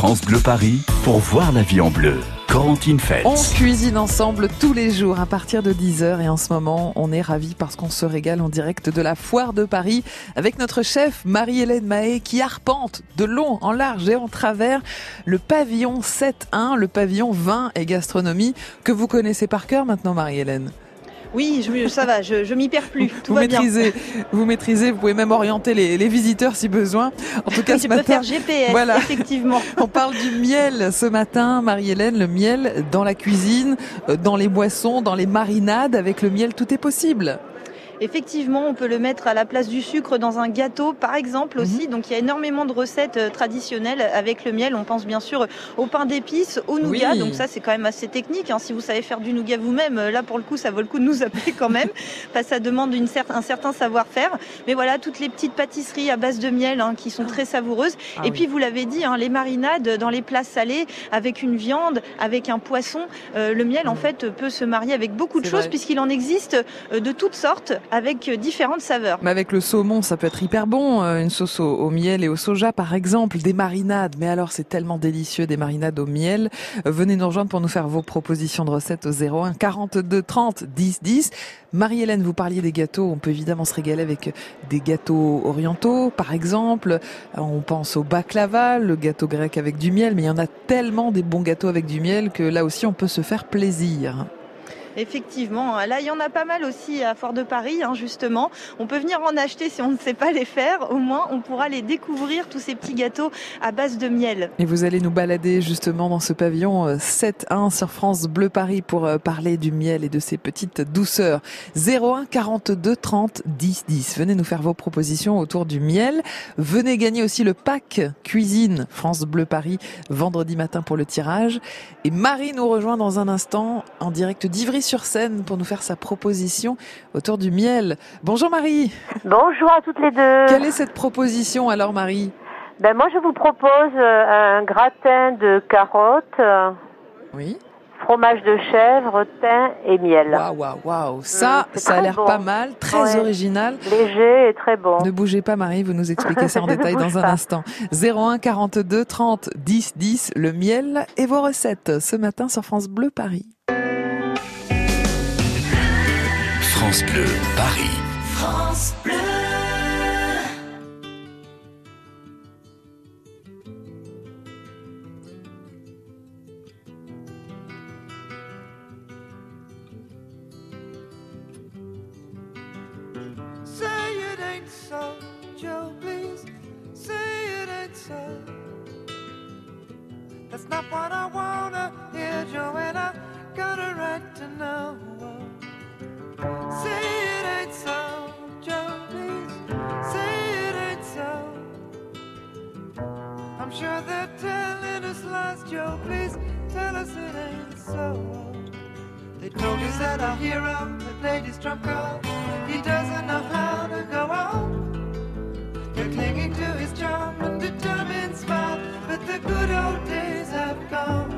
France Bleu Paris pour voir la vie en bleu. Corentine Feltz. On cuisine ensemble tous les jours à partir de 10h et en ce moment, on est ravis parce qu'on se régale en direct de la Foire de Paris avec notre chef Marie-Hélène Mahé qui arpente de long en large et en travers le pavillon 7.1, le pavillon vin et gastronomie que vous connaissez par cœur maintenant, Marie-Hélène. Oui, ça va, je m'y perds plus. Tout va bien. Vous maîtrisez, vous pouvez même orienter les visiteurs si besoin. En tout cas, ce matin, faire GPS, voilà. Effectivement. On parle du miel ce matin, Marie-Hélène, le miel dans la cuisine, dans les boissons, dans les marinades. Avec le miel, tout est possible. Effectivement, on peut le mettre à la place du sucre dans un gâteau, par exemple aussi. Donc, il y a énormément de recettes traditionnelles avec le miel. On pense bien sûr au pain d'épices, au nougat. Oui. Donc ça, c'est quand même assez technique. Si vous savez faire du nougat vous-même, là, pour le coup, ça vaut le coup de nous appeler quand même. Ça demande un certain savoir-faire. Mais voilà, toutes les petites pâtisseries à base de miel qui sont très savoureuses. Et puis, vous l'avez dit, les marinades dans les plats salés avec une viande, avec un poisson. Le miel, en fait, peut se marier avec beaucoup de choses puisqu'il en existe de toutes sortes, avec différentes saveurs. Mais avec le saumon, ça peut être hyper bon. Une sauce au miel et au soja, par exemple. Des marinades. Mais alors, c'est tellement délicieux, des marinades au miel. Venez nous rejoindre pour nous faire vos propositions de recettes au 01 42 30 10 10. Marie-Hélène, vous parliez des gâteaux. On peut évidemment se régaler avec des gâteaux orientaux, par exemple. On pense au baklava, le gâteau grec avec du miel. Mais il y en a tellement des bons gâteaux avec du miel que là aussi, on peut se faire plaisir. Effectivement, là il y en a pas mal aussi à Foire de Paris, justement. On peut venir en acheter si on ne sait pas les faire. Au moins, on pourra les découvrir, tous ces petits gâteaux à base de miel. Et vous allez nous balader justement dans ce pavillon 7.1 sur France Bleu Paris pour parler du miel et de ses petites douceurs. 01 42 30 10 10. Venez nous faire vos propositions autour du miel. Venez gagner aussi le pack cuisine France Bleu Paris vendredi matin pour le tirage. Et Marie nous rejoint dans un instant en direct d'Ivry-sur-Seine pour nous faire sa proposition autour du miel. Bonjour Marie. Bonjour à toutes les deux. Quelle est cette proposition alors Marie ? Moi je vous propose un gratin de carottes, oui, fromage de chèvre, thym et miel. Waouh, ça a l'air bon. Pas mal, très original. Léger et très bon. Ne bougez pas Marie, vous nous expliquez ça en détail dans un instant. 01 42 30 10 10, le miel et vos recettes ce matin sur France Bleu Paris. France Bleu Paris. France Bleu. Say it ain't so, Joe, please. Say it ain't so. That's not what I wanna hear, Joanna. Got a right to know. Say it ain't so, Joe, please. Say it ain't so. I'm sure they're telling us lies, Joe, please. Tell us it ain't so. They told us that our hero had played his trump card. He doesn't know how to go on. They're clinging to his charm and determined smile, but the good old days have gone.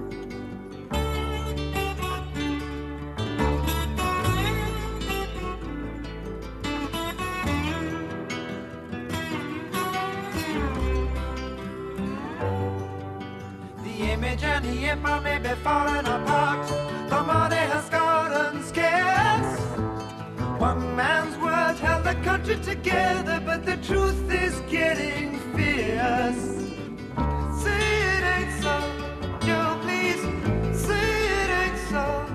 And the empire may be falling apart. The money has gotten scarce. One man's word held the country together, but the truth is getting fierce. Say it ain't so, Joe, please. Say it ain't so.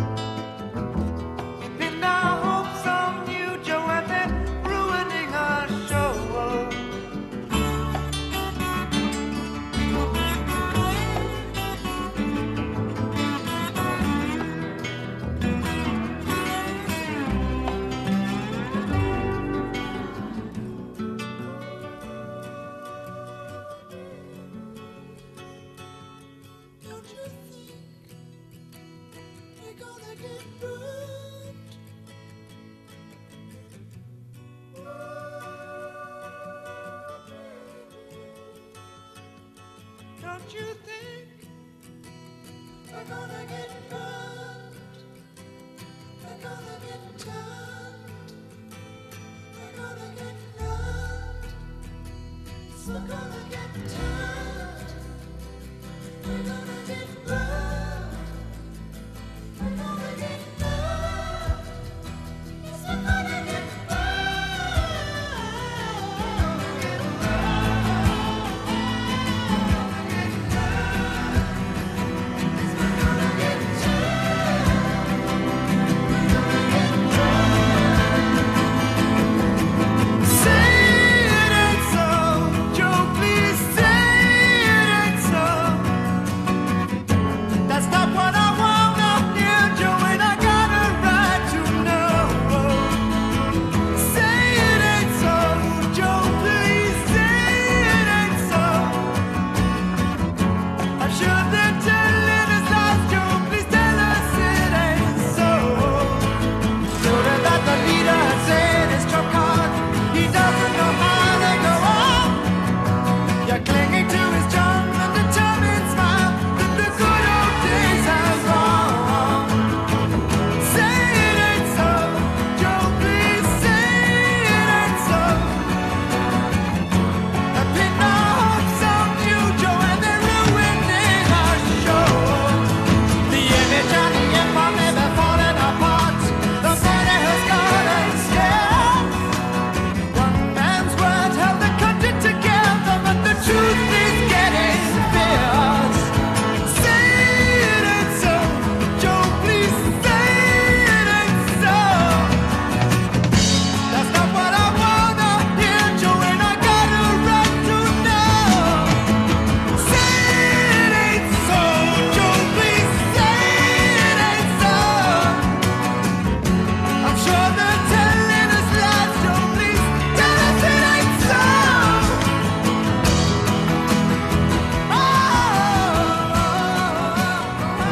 We pin our hopes on you, Joe, and they're ruining our show. Don't you think we're gonna get burned? We're gonna get turned. We're gonna get learned. It's not gonna get turned.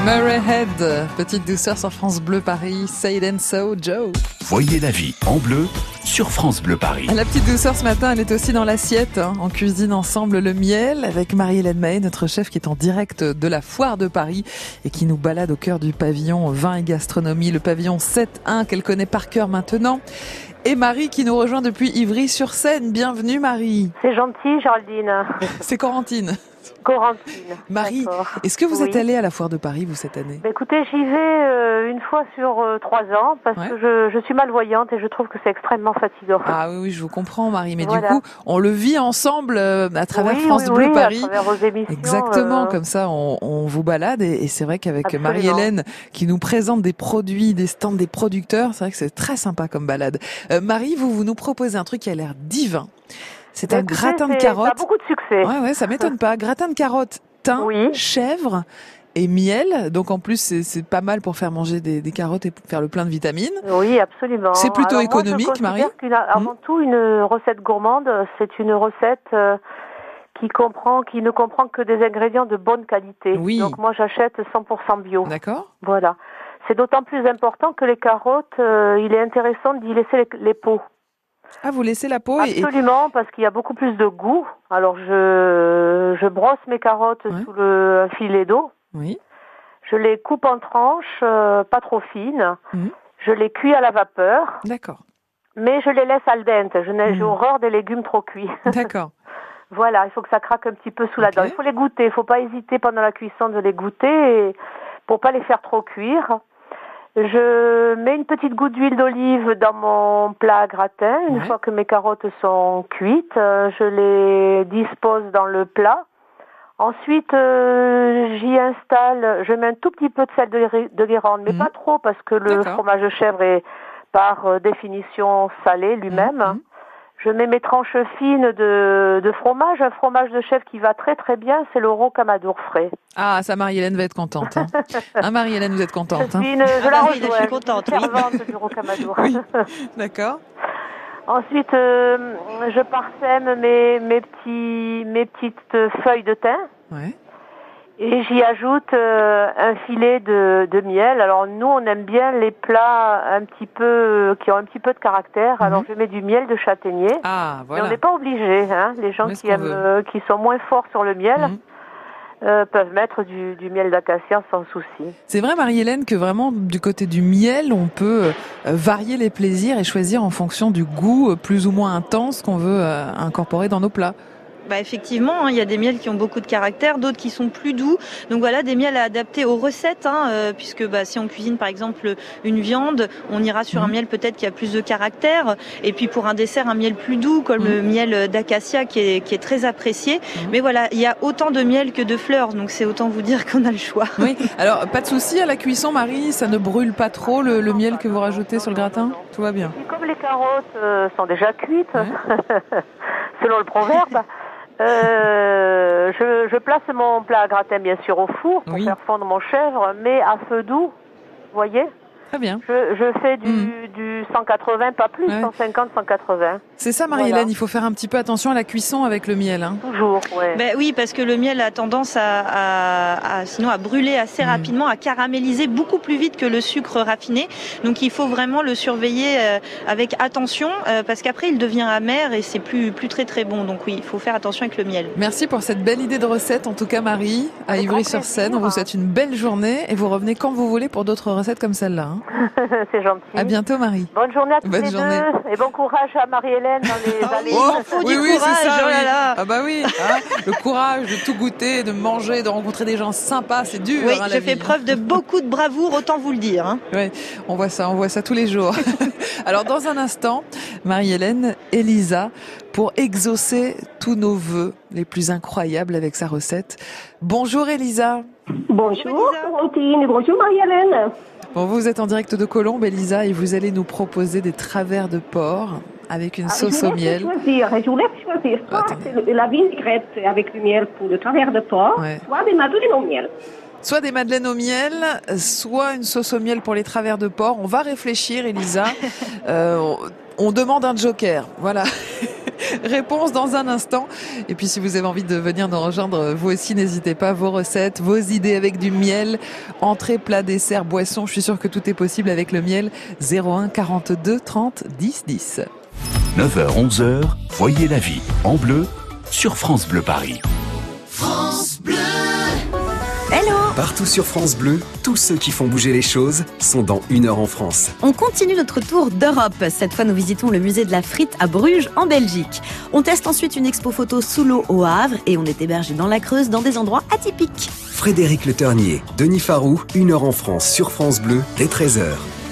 Murray Head, petite douceur sur France Bleu Paris, Say It and So, Joe. Voyez la vie en bleu sur France Bleu Paris. La petite douceur ce matin, elle est aussi dans l'assiette. On cuisine ensemble le miel avec Marie-Hélène Mahé, notre chef qui est en direct de la foire de Paris et qui nous balade au cœur du pavillon vin et gastronomie, le pavillon 7.1 qu'elle connaît par cœur maintenant. Et Marie qui nous rejoint depuis Ivry-sur-Seine. Bienvenue Marie. C'est gentil, Géraldine. C'est Corentine. Corentine. Marie, D'accord. est-ce que vous êtes Oui. allée à la foire de Paris, vous, cette année? Écoutez, j'y vais une fois sur 3 ans parce que je suis malvoyante et je trouve que c'est extrêmement fatigant. Ah oui, je vous comprends Marie, mais Voilà. du coup, on le vit ensemble à travers France oui, Bleu Paris. à travers vos émissions. Exactement, comme ça on vous balade et c'est vrai qu'avec Absolument. Marie-Hélène qui nous présente des produits, des stands des producteurs, c'est vrai que c'est très sympa comme balade. Marie, vous nous proposez un truc qui a l'air divin. C'est un gratin de Ça a carottes. beaucoup de succès. Ouais, ça m'étonne pas. Gratin de carottes, thym, chèvre et miel. Donc en plus c'est pas mal pour faire manger des carottes et pour faire le plein de vitamines. Oui, absolument. C'est plutôt Alors, économique, moi, je Marie. Avant tout, une recette gourmande, c'est une recette qui ne comprend que des ingrédients de bonne qualité. Oui. Donc moi, j'achète 100% bio. D'accord. Voilà. C'est d'autant plus important que les carottes, il est intéressant d'y laisser les peaux. Ah, vous laissez la peau Absolument, parce qu'il y a beaucoup plus de goût. Alors je brosse mes carottes sous un filet d'eau. Oui. Je les coupe en tranches, pas trop fines. Je les cuis à la vapeur. D'accord. Mais je les laisse al dente. J'ai horreur des légumes trop cuits. D'accord. Voilà, il faut que ça craque un petit peu sous la dent. Il faut les goûter. Il faut pas hésiter pendant la cuisson de les goûter pour pas les faire trop cuire. Je mets une petite goutte d'huile d'olive dans mon plat à gratin. Une fois que mes carottes sont cuites, je les dispose dans le plat. Ensuite, j'y installe, je mets un tout petit peu de sel de Guérande, mais pas trop parce que le fromage de chèvre est par définition salé lui-même. Je mets mes tranches fines de fromage, un fromage de chèvre qui va très très bien, c'est le rocamadour frais. Ah, ça Marie-Hélène va être contente. Hein. Marie-Hélène, vous êtes contente. Je la rejoins, je suis contente. Je suis servante du rocamadour. Oui. D'accord. Ensuite, je parsème mes petites feuilles de thym. Ouais. Et j'y ajoute un filet de miel. Alors nous, on aime bien les plats qui ont un petit peu de caractère. Alors je mets du miel de châtaignier. Ah, voilà. Mais on n'est pas obligé. Hein. Les gens qui sont moins forts sur le miel peuvent mettre du miel d'acacia sans souci. C'est vrai, Marie-Hélène, que vraiment du côté du miel, on peut varier les plaisirs et choisir en fonction du goût plus ou moins intense qu'on veut incorporer dans nos plats. Bah effectivement, il y a des miels qui ont beaucoup de caractère, d'autres qui sont plus doux. Donc voilà, des miels à adapter aux recettes, puisque si on cuisine par exemple une viande, on ira sur un miel peut-être qui a plus de caractère. Et puis pour un dessert, un miel plus doux, comme le miel d'acacia qui est très apprécié. Mais voilà, il y a autant de miel que de fleurs, donc c'est autant vous dire qu'on a le choix. Oui. Alors pas de souci à la cuisson, Marie, ça ne brûle pas trop le miel que vous rajoutez sur le gratin? Tout va bien. Et comme les carottes sont déjà cuites, selon le proverbe. Je place mon plat à gratin bien sûr au four pour faire fondre mon chèvre, mais à feu doux, vous voyez. Très bien. Je fais du 180, pas plus, 150, 180. C'est ça, Marie-Hélène, il faut faire un petit peu attention à la cuisson avec le miel. Hein. Toujours, oui, parce que le miel a tendance sinon à brûler assez rapidement, à caraméliser beaucoup plus vite que le sucre raffiné. Donc il faut vraiment le surveiller avec attention, parce qu'après il devient amer et c'est plus très très bon. Donc oui, il faut faire attention avec le miel. Merci pour cette belle idée de recette, en tout cas Marie, à Ivry-sur-Seine. On vous souhaite une belle journée et vous revenez quand vous voulez pour d'autres recettes comme celle-là. Hein. C'est gentil. À bientôt, Marie. Bonne journée à tous les deux. Et bon courage à Marie-Hélène dans les allées. Il faut du courage, c'est ça. Oh là là. Ah bah oui, le courage de tout goûter, de manger, de rencontrer des gens sympas, c'est dur. Oui, la je fais preuve de beaucoup de bravoure, autant vous le dire. Hein. Oui, on voit ça tous les jours. Alors dans un instant, Marie-Hélène, Elisa, pour exaucer tous nos vœux les plus incroyables avec sa recette. Bonjour Elisa. Bonjour Corentine, bonjour Marie-Hélène. Bon, vous êtes en direct de Colombes, Elisa, et vous allez nous proposer des travers de porc avec une sauce au miel. Je voulais choisir soit la vinaigrette avec du miel pour le travers de porc, soit des madeleines au miel. Soit des madeleines au miel, soit une sauce au miel pour les travers de porc. On va réfléchir, Elisa. On demande un joker, voilà. Réponse dans un instant. Et puis si vous avez envie de venir nous rejoindre, vous aussi, n'hésitez pas. Vos recettes, vos idées avec du miel, entrée, plat, dessert, boisson. Je suis sûre que tout est possible avec le miel. 01 42 30 10 10. 9h, 11h, voyez la vie en bleu sur France Bleu Paris. France Bleu. Hello! Partout sur France Bleu, tous ceux qui font bouger les choses sont dans 1 heure en France. On continue notre tour d'Europe. Cette fois, nous visitons le musée de la frite à Bruges, en Belgique. On teste ensuite une expo photo sous l'eau au Havre et on est hébergé dans la Creuse dans des endroits atypiques. Frédéric Le Ternier, Denis Farou, 1 heure en France sur France Bleu, dès 13h.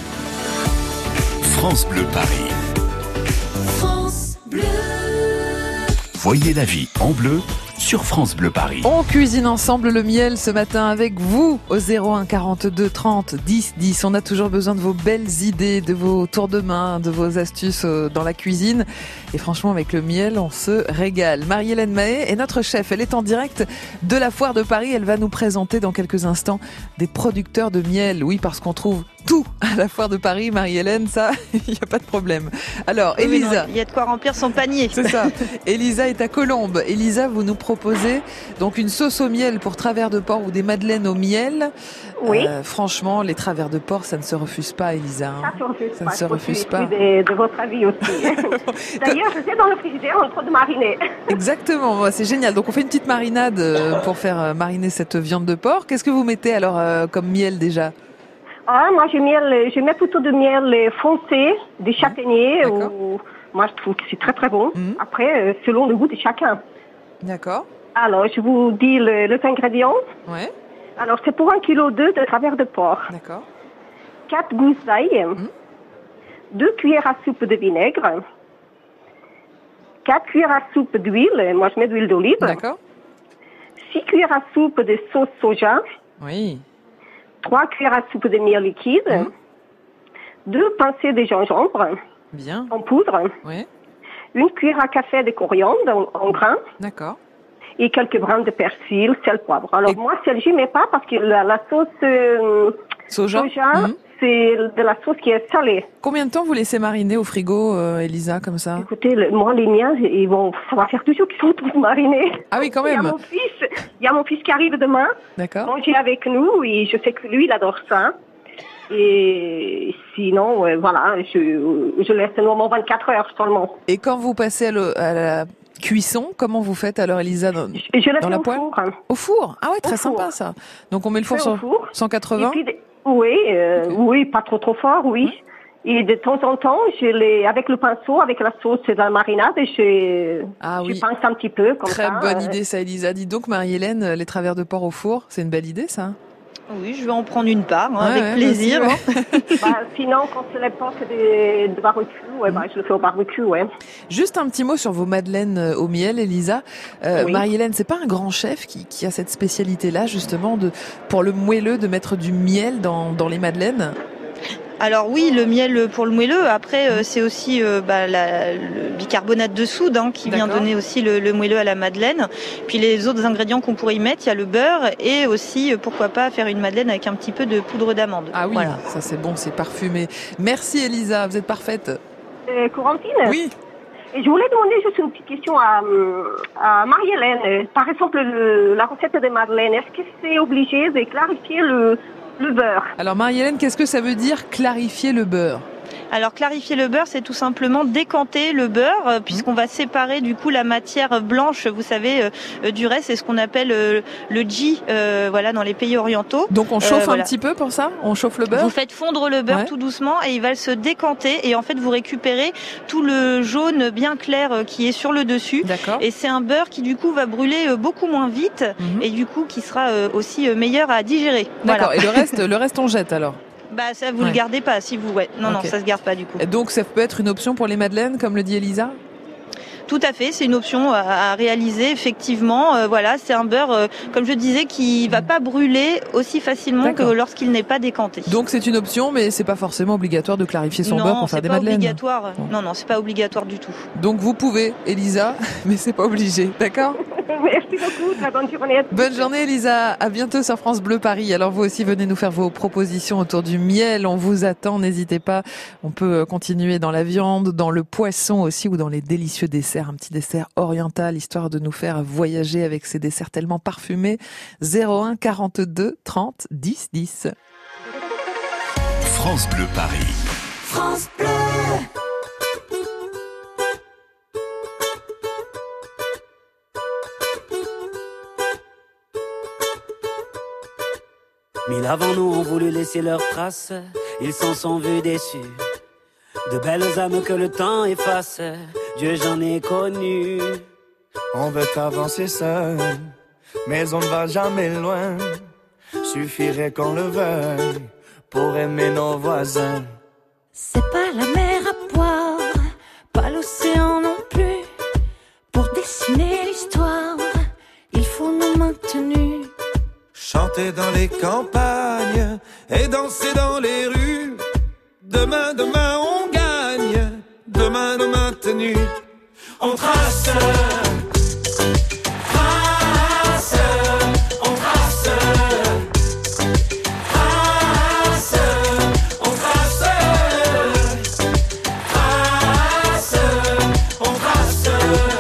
France Bleu Paris. France Bleu. Voyez la vie en bleu sur France Bleu Paris. On cuisine ensemble le miel ce matin avec vous au 01 42 30 10 10. On a toujours besoin de vos belles idées, de vos tours de main, de vos astuces dans la cuisine. Et franchement, avec le miel, on se régale. Marie-Hélène Mahé est notre chef. Elle est en direct de la foire de Paris. Elle va nous présenter dans quelques instants des producteurs de miel. Oui, parce qu'on trouve tout à la foire de Paris, Marie-Hélène, ça, il n'y a pas de problème. Alors, oui, Elisa. Il y a de quoi remplir son panier. C'est ça. Elisa est à Colombes. Elisa, vous nous proposez donc une sauce au miel pour travers de porc ou des madeleines au miel. Oui. Franchement, les travers de porc, ça ne se refuse pas, Elisa. Ça se refuse ça pas. ne se refuse pas. De votre avis aussi. D'ailleurs, je sais dans le frigidaire, on est trop de mariner. Exactement, c'est génial. Donc on fait une petite marinade pour faire mariner cette viande de porc. Qu'est-ce que vous mettez alors comme miel déjà ? Moi, je mets plutôt de miel foncé, des châtaigniers. Moi, je trouve que c'est très très bon. Après, selon le goût de chacun. D'accord. Alors, je vous dis les ingrédients. Ouais. Alors, c'est pour 1,2 kg de travers de porc. D'accord. 4 gousses d'ail. 2 cuillères à soupe de vinaigre. 4 cuillères à soupe d'huile. Moi, je mets de l'huile d'olive. D'accord. 6 cuillères à soupe de sauce soja. Oui. 3 cuillères à soupe de miel liquide. 2 pincées de gingembre. Bien. En poudre. Oui. 1 cuillère à café de coriandre en grains. D'accord. Et quelques brins de persil, sel, poivre. Alors moi, celle je mets pas parce que la sauce soja, c'est de la sauce qui est salée. Combien de temps vous laissez mariner au frigo, Elisa, comme ça ? Écoutez, moi, les miens, ça va faire toujours qu'ils sont tous marinés. Ah oui, quand même. Il y a mon fils qui arrive demain. D'accord. Manger avec nous et je sais que lui, il adore ça. Et sinon, voilà, je laisse normalement 24 heures seulement. Et quand vous passez à la cuisson, comment vous faites alors, Elisa, dans la poêle ? Au four. Ah ouais, très sympa ça. Donc on met le four sur 180. Et puis, oui, pas trop fort, oui. Et de temps en temps, avec le pinceau, avec la sauce et la marinade, je pince un petit peu comme ça. Très bonne idée ça, Elisa. Dis donc, Marie-Hélène, les travers de porc au four, c'est une belle idée ça ? Oui, je vais en prendre une part, avec plaisir. Sinon, quand c'est l'époque de barbecue, je le fais au barbecue, Juste un petit mot sur vos madeleines au miel, Elisa. Marie-Hélène, c'est pas un grand chef qui a cette spécialité-là, justement, pour le moelleux, de mettre du miel dans les madeleines ? Alors oui, le miel pour le moelleux. Après, c'est aussi le bicarbonate de soude qui vient donner aussi le moelleux à la madeleine. Puis les autres ingrédients qu'on pourrait y mettre, il y a le beurre et aussi, pourquoi pas, faire une madeleine avec un petit peu de poudre d'amande. Ah oui, ça c'est bon, c'est parfumé. Merci Elisa, vous êtes parfaite. Corentine ? Oui. Et je voulais demander juste une petite question à Marie-Hélène. Par exemple, la recette de madeleine, est-ce que c'est obligé de clarifier le beurre? Alors Marie-Hélène, qu'est-ce que ça veut dire clarifier le beurre ? Alors clarifier le beurre, c'est tout simplement décanter le beurre, puisqu'on va séparer du coup la matière blanche, vous savez, du reste. C'est ce qu'on appelle le ghee, dans les pays orientaux. Donc on chauffe un petit peu pour ça ? On chauffe le beurre ? Vous faites fondre le beurre tout doucement et il va se décanter et en fait vous récupérez tout le jaune bien clair qui est sur le dessus. D'accord. Et c'est un beurre qui du coup va brûler beaucoup moins vite et du coup qui sera aussi meilleur à digérer. D'accord. Voilà. Et le reste on jette alors ? Ça vous le gardez pas si vous non ça se garde pas du coup. Et donc ça peut être une option pour les madeleines comme le dit Elisa ? Tout à fait, c'est une option à réaliser effectivement. C'est un beurre, comme je disais, qui va pas brûler aussi facilement que lorsqu'il n'est pas décanté. Donc c'est une option, mais c'est pas forcément obligatoire de clarifier son beurre pour faire des madeleines. Obligatoire. Non, c'est pas obligatoire du tout. Donc vous pouvez, Elisa, mais c'est pas obligé, d'accord ? Merci beaucoup, très bonne journée. Bonne journée Elisa, à bientôt sur France Bleu Paris. Alors vous aussi venez nous faire vos propositions autour du miel, on vous attend, n'hésitez pas. On peut continuer dans la viande, dans le poisson aussi ou dans les délicieux desserts. dessert, un petit dessert oriental, histoire de nous faire voyager avec ces desserts tellement parfumés. 01 42 30 10 10. France Bleu Paris. France Bleu. Mille avant nous ont voulu laisser leurs traces, ils s'en sont vus déçus. De belles âmes que le temps efface, Dieu j'en ai connu. On veut avancer seul, mais on ne va jamais loin. Suffirait qu'on le veuille pour aimer nos voisins. C'est pas la mer à boire, pas l'océan non plus. Pour dessiner l'histoire, il faut nos mains tenues. Chanter dans les campagnes et danser dans les rues. Demain, demain, on gagne. Demain, nos mains tenues. On trace. Trace. On trace. Trace. On trace. Trace. On trace.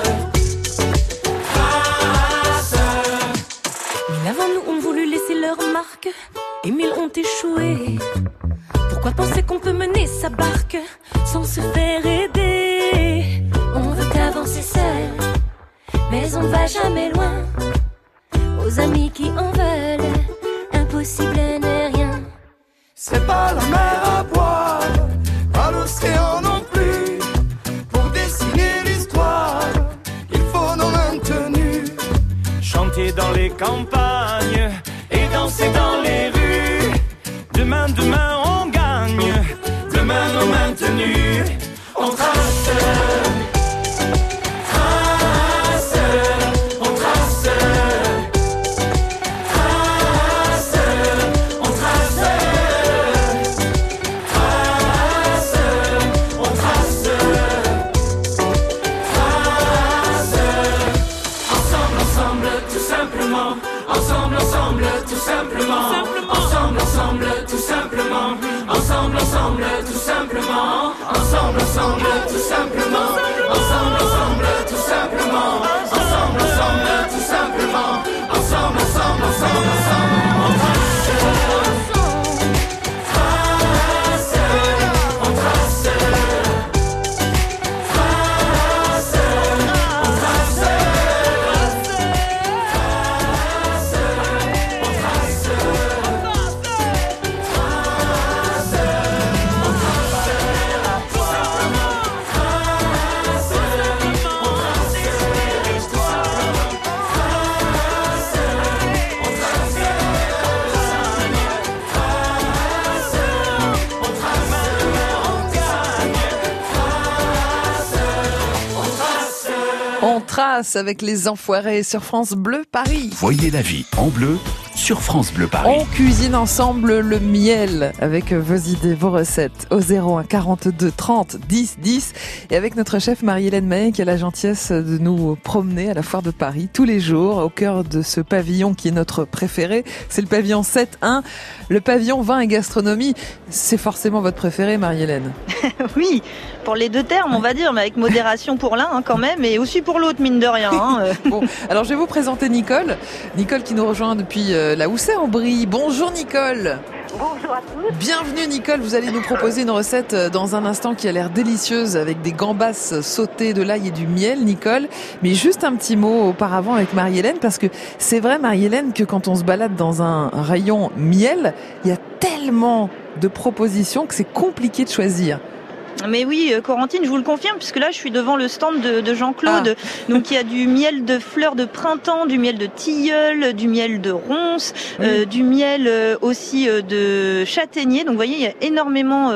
Trace. Mille avant nous ont voulu laisser leur marque et mille ont échoué. Pourquoi penser qu'on peut mener sa barque sans se faire aider? On veut avancer seul, mais on ne va jamais loin. Aux amis qui en veulent, impossible n'est rien. C'est pas la mer à boire, pas l'océan non plus. Pour dessiner l'histoire, il faut nos mains tenues. Chanter dans les campagnes et danser dans les rues. Demain, demain, on gagne. Demain, nos mains tenues. On trace. Trace. On trace. Trace. On trace. Trace. On trace. Trace. Ensemble, ensemble, tout simplement. Ensemble, ensemble, tout simplement. Ensemble, ensemble, tout simplement. Ensemble, ensemble, tout simplement. Ensemble, ensemble, tout simplement. Ensemble, ensemble, tout simplement. Ensemble, ensemble, tout simplement. Ensemble, ensemble, ensemble, ensemble. On trace. Trace. On trace. Trace. On trace. On trace avec les enfoirés sur France Bleu Paris. Voyez la vie en bleu sur France Bleu Paris. On cuisine ensemble le miel avec vos idées, vos recettes au 01 42 30 10 10 et avec notre chef Marie-Hélène Mahé qui a la gentillesse de nous promener à la foire de Paris tous les jours au cœur de ce pavillon qui est notre préféré. C'est le pavillon 7-1, le pavillon vin et gastronomie. C'est forcément votre préféré, Marie-Hélène? Oui, pour les deux termes, on va dire, mais avec modération pour l'un quand même, et aussi pour l'autre, mine de rien. Bon, alors je vais vous présenter Nicole. Nicole qui nous rejoint depuis la Houssaye-en-Brie. Bonjour Nicole. Bonjour à tous. Bienvenue Nicole, vous allez nous proposer une recette dans un instant qui a l'air délicieuse avec des gambas sautées, de l'ail et du miel, Nicole. Mais juste un petit mot auparavant avec Marie-Hélène, parce que c'est vrai Marie-Hélène que quand on se balade dans un rayon miel, il y a tellement de propositions que c'est compliqué de choisir. Mais oui, Corentine, je vous le confirme, puisque là, je suis devant le stand de Jean-Claude. Donc, il y a du miel de fleurs de printemps, du miel de tilleul, du miel de ronce, du miel aussi de châtaignier. Donc, vous voyez, il y a énormément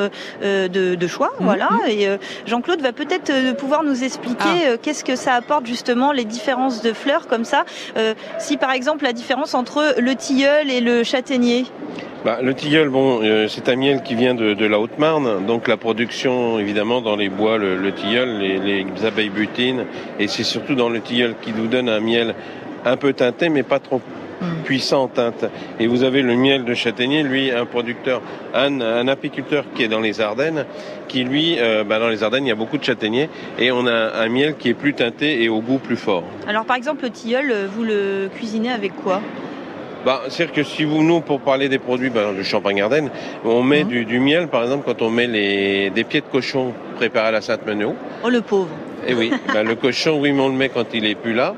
de choix. Voilà. Et Jean-Claude va peut-être pouvoir nous expliquer qu'est-ce que ça apporte justement les différences de fleurs comme ça. Si, par exemple, la différence entre le tilleul et le châtaignier. Le tilleul, c'est un miel qui vient de la Haute-Marne, donc la production, évidemment, dans les bois, le tilleul, les abeilles butinent, et c'est surtout dans le tilleul qui nous donne un miel un peu teinté, mais pas trop puissant en teinte. Et vous avez le miel de châtaignier, lui, un producteur, un apiculteur qui est dans les Ardennes, qui lui, dans les Ardennes, il y a beaucoup de châtaigniers, et on a un miel qui est plus teinté et au goût plus fort. Alors par exemple, le tilleul, vous le cuisinez avec quoi ? C'est-à-dire que si nous, pour parler des produits du Champagne-Ardenne, on met du miel, par exemple, quand on met des pieds de cochon préparés à la Sainte-Menehould. Oh, le pauvre. Et oui, le cochon, oui, mais on le met quand il est plus là.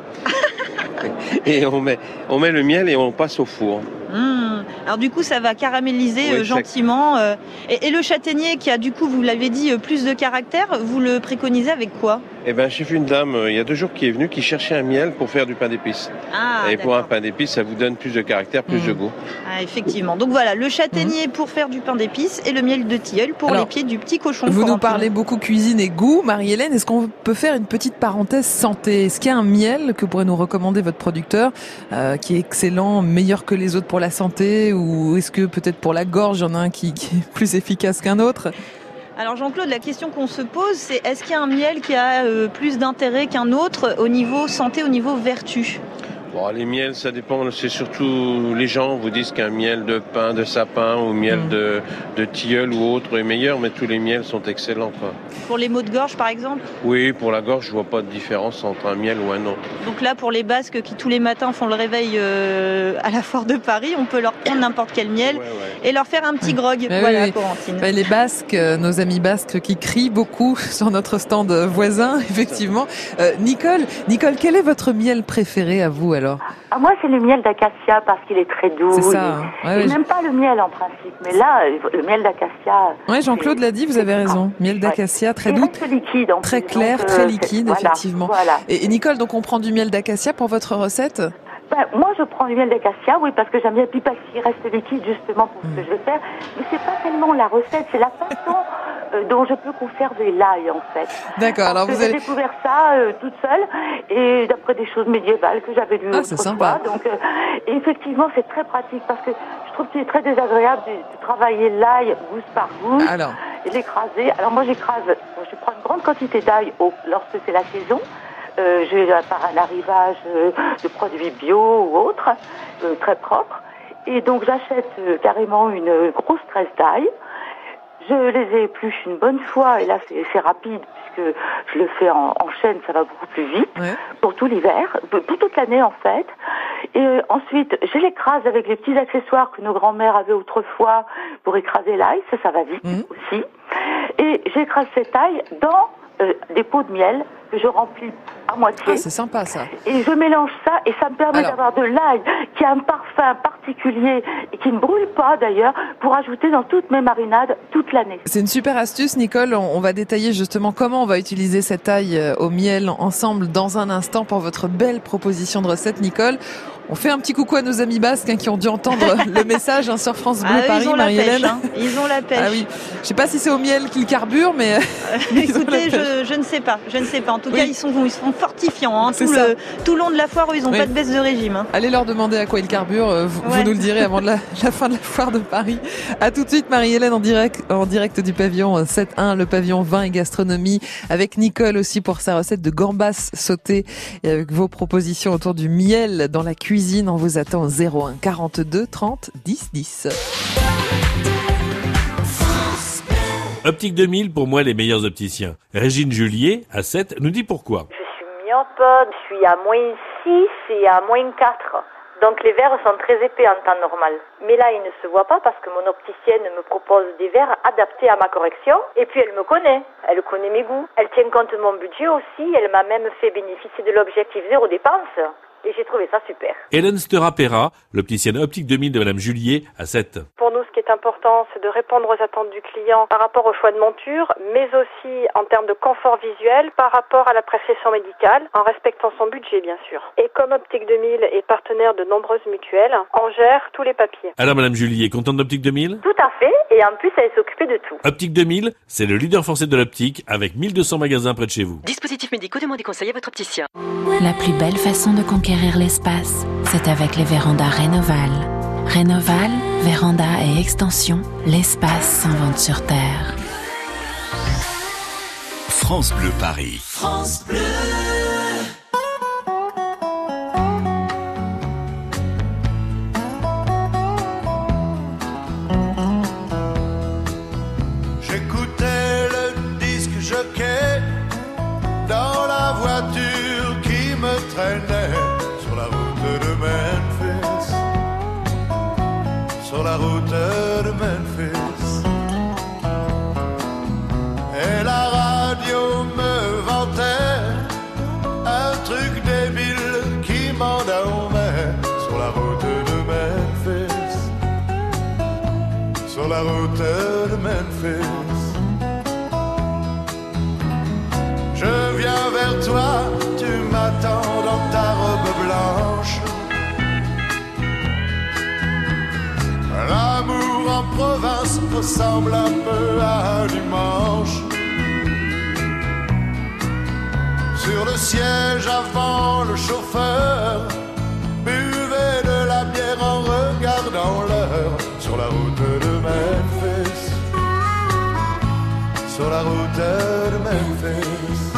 Et on met le miel et on passe au four. Alors du coup, ça va caraméliser gentiment. Et le châtaignier qui a, du coup, vous l'avez dit, plus de caractère, vous le préconisez avec quoi ? J'ai vu une dame, il y a 2 jours, qui est venue, qui cherchait un miel pour faire du pain d'épices. Et pour un pain d'épices, ça vous donne plus de caractère, plus de goût. Effectivement. Donc voilà, le châtaignier pour faire du pain d'épices et le miel de tilleul pour les pieds du petit cochon. Vous nous parlez beaucoup cuisine et goût. Marie-Hélène, est-ce qu'on peut faire une petite parenthèse santé ? Est-ce qu'il y a un miel que pourrait nous recommander votre producteur qui est excellent, meilleur que les autres pour la santé ? Ou est-ce que peut-être pour la gorge, il y en a un qui est plus efficace qu'un autre ? Alors Jean-Claude, la question qu'on se pose, c'est est-ce qu'il y a un miel qui a plus d'intérêt qu'un autre au niveau santé, au niveau vertu ? Les miels, ça dépend. C'est surtout les gens vous disent qu'un miel de pin, de sapin ou miel de tilleul ou autre est meilleur, mais tous les miels sont excellents, quoi. Pour les maux de gorge, par exemple ? Oui, pour la gorge, je vois pas de différence entre un miel ou un autre. Donc là, pour les Basques qui tous les matins font le réveil à la foire de Paris, on peut leur prendre n'importe quel miel et leur faire un petit grog. Corentine. Les Basques, nos amis basques qui crient beaucoup sur notre stand voisin, effectivement. Nicole, quel est votre miel préféré à vous alors ? Moi, c'est le miel d'acacia parce qu'il est très doux. C'est ça. Je n'aime pas le miel en principe, mais là, le miel d'acacia. Oui, Jean-Claude l'a dit, vous avez raison. Miel d'acacia, très doux, liquide, très clair, très liquide, effectivement. Voilà. Et Nicole, donc on prend du miel d'acacia pour votre recette ? Moi, je prends du miel d'acacia, oui, parce que j'aime bien, puis parce qu'il reste liquide justement pour ce que je vais faire. Mais c'est pas tellement la recette, c'est la façon dont je peux conserver l'ail, en fait. D'accord. Alors j'ai découvert ça toute seule et d'après des choses médiévales que j'avais lues c'est sympa. Donc, et effectivement, c'est très pratique parce que je trouve qu'il est très désagréable de travailler l'ail gousse par gousse et l'écraser. Alors moi, je prends une grande quantité d'ail lorsque c'est la saison. Par un arrivage de produits bio ou autres, très propres. Et donc j'achète carrément une grosse tresse d'ail. Je les épluche une bonne fois, et là c'est rapide, puisque je le fais en chaîne, ça va beaucoup plus vite, pour tout l'hiver, pour toute l'année en fait. Et ensuite, je l'écrase avec les petits accessoires que nos grands-mères avaient autrefois pour écraser l'ail, ça va vite aussi. Et j'écrase cet ail dans des pots de miel que je remplis à moitié. C'est sympa ça. Et je mélange ça et ça me permet d'avoir de l'ail qui a un parfum particulier et qui ne brûle pas d'ailleurs pour ajouter dans toutes mes marinades toute l'année. C'est une super astuce, Nicole. On va détailler justement comment on va utiliser cet ail au miel ensemble dans un instant pour votre belle proposition de recette, Nicole. On fait un petit coucou à nos amis basques qui ont dû entendre le message sur France Bleu Paris, Marie-Hélène. Ils ont la pêche. Ah oui. Je sais pas si c'est au miel qu'ils carburent, mais écoutez, je ne sais pas. En tout cas, ils sont fortifiants. Tout le long de la foire, ils n'ont pas de baisse de régime. Allez leur demander à quoi ils carburent. Vous nous le direz avant la fin de la foire de Paris. À tout de suite, Marie-Hélène en direct du pavillon 7.1, le pavillon vin et gastronomie, avec Nicole aussi pour sa recette de gambas sautées et avec vos propositions autour du miel dans la cuisine. On vous attend au 01 42 30 10 10. Optique 2000, pour moi, les meilleurs opticiens. Régine Julier, à 7, nous dit pourquoi. Je suis myope, je suis à -6 et à -4. Donc les verres sont très épais en temps normal. Mais là, ils ne se voient pas parce que mon opticienne me propose des verres adaptés à ma correction. Et puis elle me connaît. Elle connaît mes goûts. Elle tient compte de mon budget aussi. Elle m'a même fait bénéficier de l'objectif 0 dépense. Et j'ai trouvé ça super. Hélène Stera-Pera, l'opticienne Optique 2000 de Madame Julier, à 7. Pour nous, ce qui est important, c'est de répondre aux attentes du client par rapport au choix de monture, mais aussi en termes de confort visuel par rapport à la prescription médicale, en respectant son budget, bien sûr. Et comme Optique 2000 est partenaire de nombreuses mutuelles, on gère tous les papiers. Alors, Madame Julier, contente d'Optique 2000 ? Tout à fait, et en plus, elle s'occupait de tout. Optique 2000, c'est le leader français de l'optique, avec 1200 magasins près de chez vous. Dispositifs médicaux, demandez conseil à votre opticien. La plus belle façon de conquérir l'espace, c'est avec les vérandas Rénoval. Rénoval, véranda et extension, l'espace s'invente sur Terre. France Bleu Paris. France Bleu. sur la route de Memphis. Et la radio me vantait un truc débile qui m'endormait sur la route de Memphis. Sur la route de Memphis. Je viens vers toi, tu m'attends dans ta robe blanche. L'amour en province ressemble un peu à un dimanche. Sur le siège avant, le chauffeur buvait de la bière en regardant l'heure. Sur la route de Memphis. Sur la route de Memphis.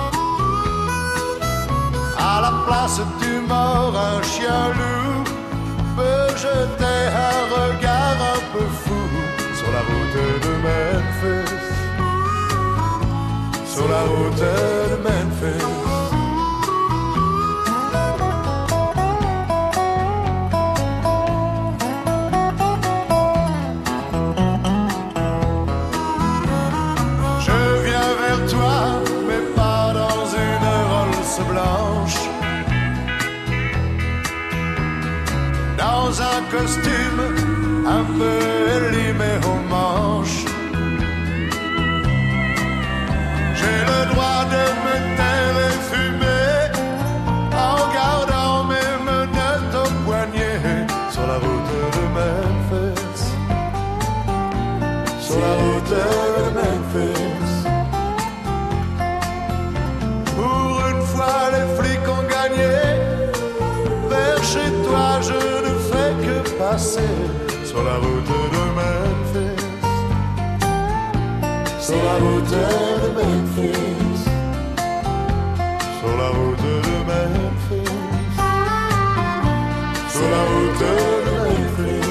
À la place du mort, un chien loup peut jeter un regard un peu fou sur la route de Memphis. Sur la route de Memphis. Je viens vers toi, mais pas dans une Rolls blanche. Dans un costume un peu élimé aux manches. J'ai le droit de me taire et fumer en gardant mes menottes au poignet sur la route de Memphis. Sur la route de Memphis. Pour une fois les flics ont gagné. Vers chez toi je ne fais que passer sur la route de Memphis. Sur la route de Memphis. Sur la route de Memphis. Sur la route de Memphis.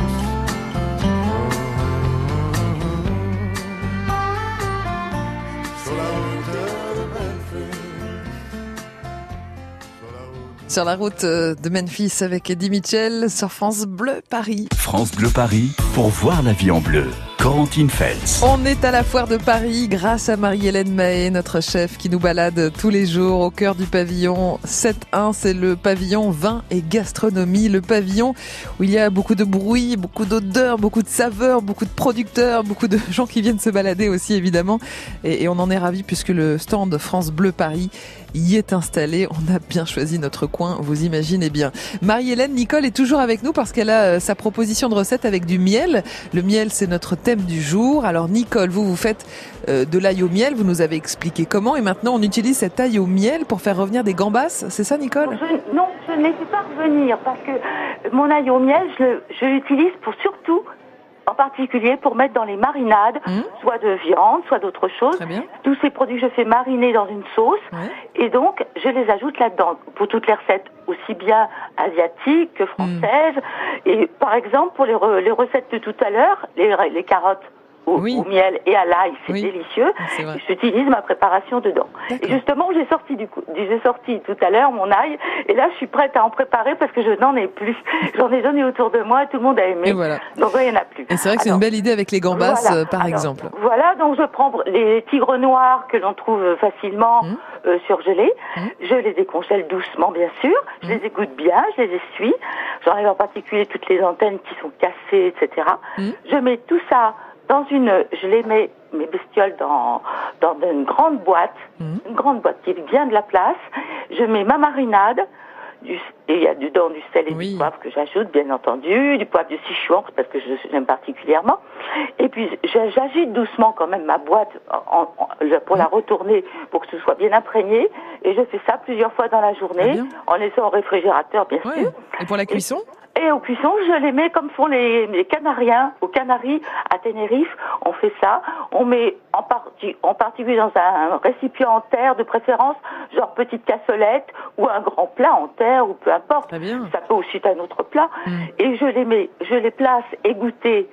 Sur la route de Memphis. Sur la route de Memphis avec Eddie Mitchell sur France Bleu Paris. France Bleu Paris pour voir la vie en bleu. Corentine Feltz. On est à la foire de Paris grâce à Marie-Hélène Mahé, notre chef qui nous balade tous les jours au cœur du pavillon 7.1. C'est le pavillon vin et gastronomie, le pavillon où il y a beaucoup de bruit, beaucoup d'odeurs, beaucoup de saveurs, beaucoup de producteurs, beaucoup de gens qui viennent se balader aussi évidemment. Et on en est ravis puisque le stand France Bleu Paris y est installé. On a bien choisi notre coin, vous imaginez bien. Marie-Hélène, Nicole est toujours avec nous parce qu'elle a sa proposition de recette avec du miel. Le miel, c'est notre thème du jour. Alors Nicole, vous faites de l'ail au miel, vous nous avez expliqué comment et maintenant on utilise cet ail au miel pour faire revenir des gambas, c'est ça Nicole? Non, je ne les fais pas revenir parce que mon ail au miel, je l'utilise pour surtout, en particulier pour mettre dans les marinades, soit de viande, soit d'autres choses. Tous ces produits, je fais mariner dans une sauce et donc je les ajoute là-dedans pour toutes les recettes, aussi bien asiatiques que françaises. Et par exemple, pour les recettes de tout à l'heure, les carottes au miel et à l'ail, c'est délicieux. J'utilise ma préparation dedans. Et justement, j'ai sorti tout à l'heure mon ail, et là, je suis prête à en préparer parce que je n'en ai plus. J'en ai donné autour de moi, tout le monde a aimé. Voilà. Donc, il n'y en a plus. Et c'est vrai que c'est une belle idée avec les gambas, par exemple. Voilà, donc je prends les tigres noirs que l'on trouve facilement surgelés. Je les décongèle doucement, bien sûr. Je les égoutte bien, je les essuie. J'enlève en particulier toutes les antennes qui sont cassées, etc. Je mets tout ça je les mets, mes bestioles, dans une grande boîte, une grande boîte qui est bien de la place. Je mets ma marinade, et il y a dedans du sel et du poivre que j'ajoute, bien entendu, du poivre de Sichuan, parce que j'aime particulièrement. Et puis, j'agite doucement quand même ma boîte pour la retourner, pour que ce soit bien imprégné. Et je fais ça plusieurs fois dans la journée, en laissant au réfrigérateur, bien sûr. Et pour la cuisson? Et aux cuissons, je les mets comme font les Canariens, aux Canaries, à Tenerife. On fait ça. On met en particulier dans un récipient en terre de préférence, genre petite cassolette ou un grand plat en terre ou peu importe. Ça peut aussi être un autre plat. Et je les place égouttées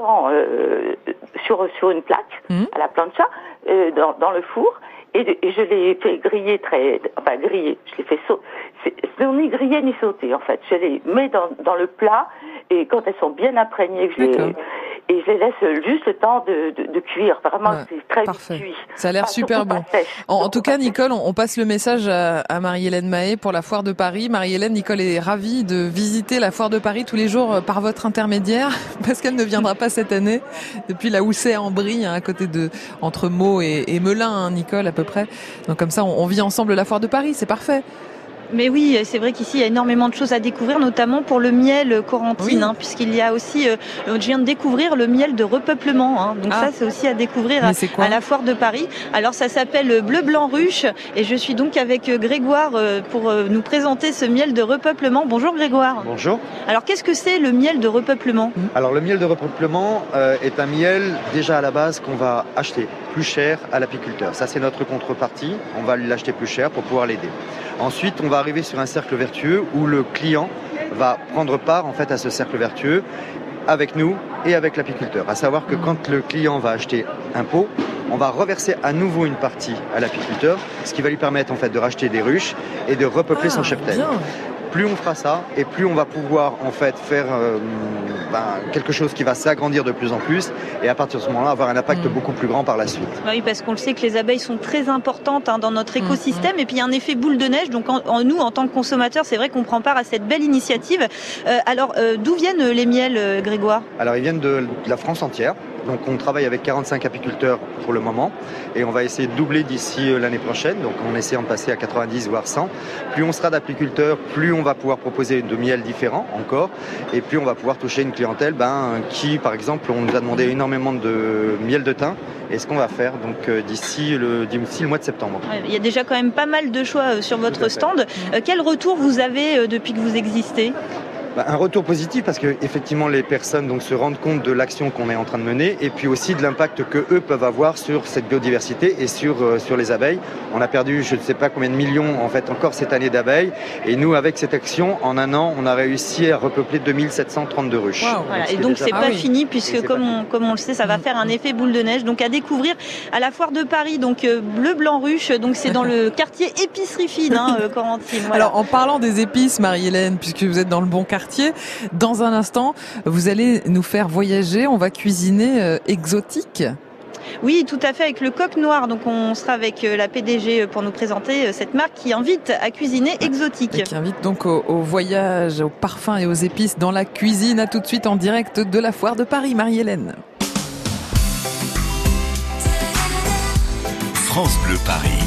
sur une plaque à la plancha, dans le four. Et je les fais griller griller, je les fais sauter. C'est ni griller ni sauter, en fait. Je les mets dans le plat Et quand elles sont bien imprégnées, je les laisse juste le temps de cuire. Vraiment, c'est très cuit. Ça a l'air super bon. En tout cas, Nicole, on passe le message à Marie-Hélène Mahé pour la Foire de Paris. Marie-Hélène, Nicole est ravie de visiter la Foire de Paris tous les jours par votre intermédiaire, parce qu'elle ne viendra pas cette année, depuis la Houssaye en Brie, à côté entre Meaux et Melun, Nicole, à peu près. Donc comme ça, on vit ensemble la Foire de Paris, c'est parfait. Mais oui, c'est vrai qu'ici, il y a énormément de choses à découvrir, notamment pour le miel Corentine, puisqu'il y a aussi, je viens de découvrir le miel de repeuplement. Donc ça, c'est aussi à découvrir à la Foire de Paris. Alors, ça s'appelle Bleu Blanc Ruche, et je suis donc avec Grégoire pour nous présenter ce miel de repeuplement. Bonjour Grégoire. Bonjour. Alors, qu'est-ce que c'est le miel de repeuplement ? Alors, le miel de repeuplement est un miel, déjà à la base, qu'on va acheter plus cher à l'apiculteur. Ça, c'est notre contrepartie. On va l'acheter plus cher pour pouvoir l'aider. Ensuite, on va arriver sur un cercle vertueux où le client va prendre part en fait à ce cercle vertueux avec nous et avec l'apiculteur. À savoir que quand le client va acheter un pot, on va reverser à nouveau une partie à l'apiculteur, ce qui va lui permettre en fait de racheter des ruches et de repeupler son cheptel. Bien. Plus on fera ça, et plus on va pouvoir en fait faire quelque chose qui va s'agrandir de plus en plus, et à partir de ce moment-là avoir un impact beaucoup plus grand par la suite. Oui, parce qu'on le sait que les abeilles sont très importantes dans notre écosystème, et puis il y a un effet boule de neige. Donc nous, en tant que consommateurs, c'est vrai qu'on prend part à cette belle initiative. Alors, d'où viennent les miels, Grégoire ? Alors, ils viennent de la France entière. Donc on travaille avec 45 apiculteurs pour le moment et on va essayer de doubler d'ici l'année prochaine. Donc on essaie de passer à 90 voire 100. Plus on sera d'apiculteurs, plus on va pouvoir proposer de miels différents encore et plus on va pouvoir toucher une clientèle qui, par exemple, on nous a demandé énormément de miel de thym. Et ce qu'on va faire donc d'ici le mois de septembre. Il y a déjà quand même pas mal de choix sur votre stand. Quel retour vous avez depuis que vous existez ? Un retour positif parce que effectivement les personnes donc se rendent compte de l'action qu'on est en train de mener et puis aussi de l'impact que eux peuvent avoir sur cette biodiversité et sur les abeilles. On a perdu je ne sais pas combien de millions en fait encore cette année d'abeilles et nous avec cette action en un an on a réussi à repeupler 2732 ruches. Wow. Voilà. Et donc c'est pas fini puisque comme on le sait ça va faire un effet boule de neige. Donc à découvrir à la Foire de Paris donc Bleu Blanc Ruche donc c'est dans le quartier épicerie fine Corentine. Voilà. Alors en parlant des épices Marie-Hélène puisque vous êtes dans le bon quartier. Dans un instant, vous allez nous faire voyager. On va cuisiner exotique. Oui, tout à fait, avec le Coq Noir. Donc, on sera avec la PDG pour nous présenter cette marque qui invite à cuisiner exotique. Et qui invite donc au voyage, aux parfums et aux épices dans la cuisine. À tout de suite en direct de la Foire de Paris, Marie-Hélène. France Bleu Paris.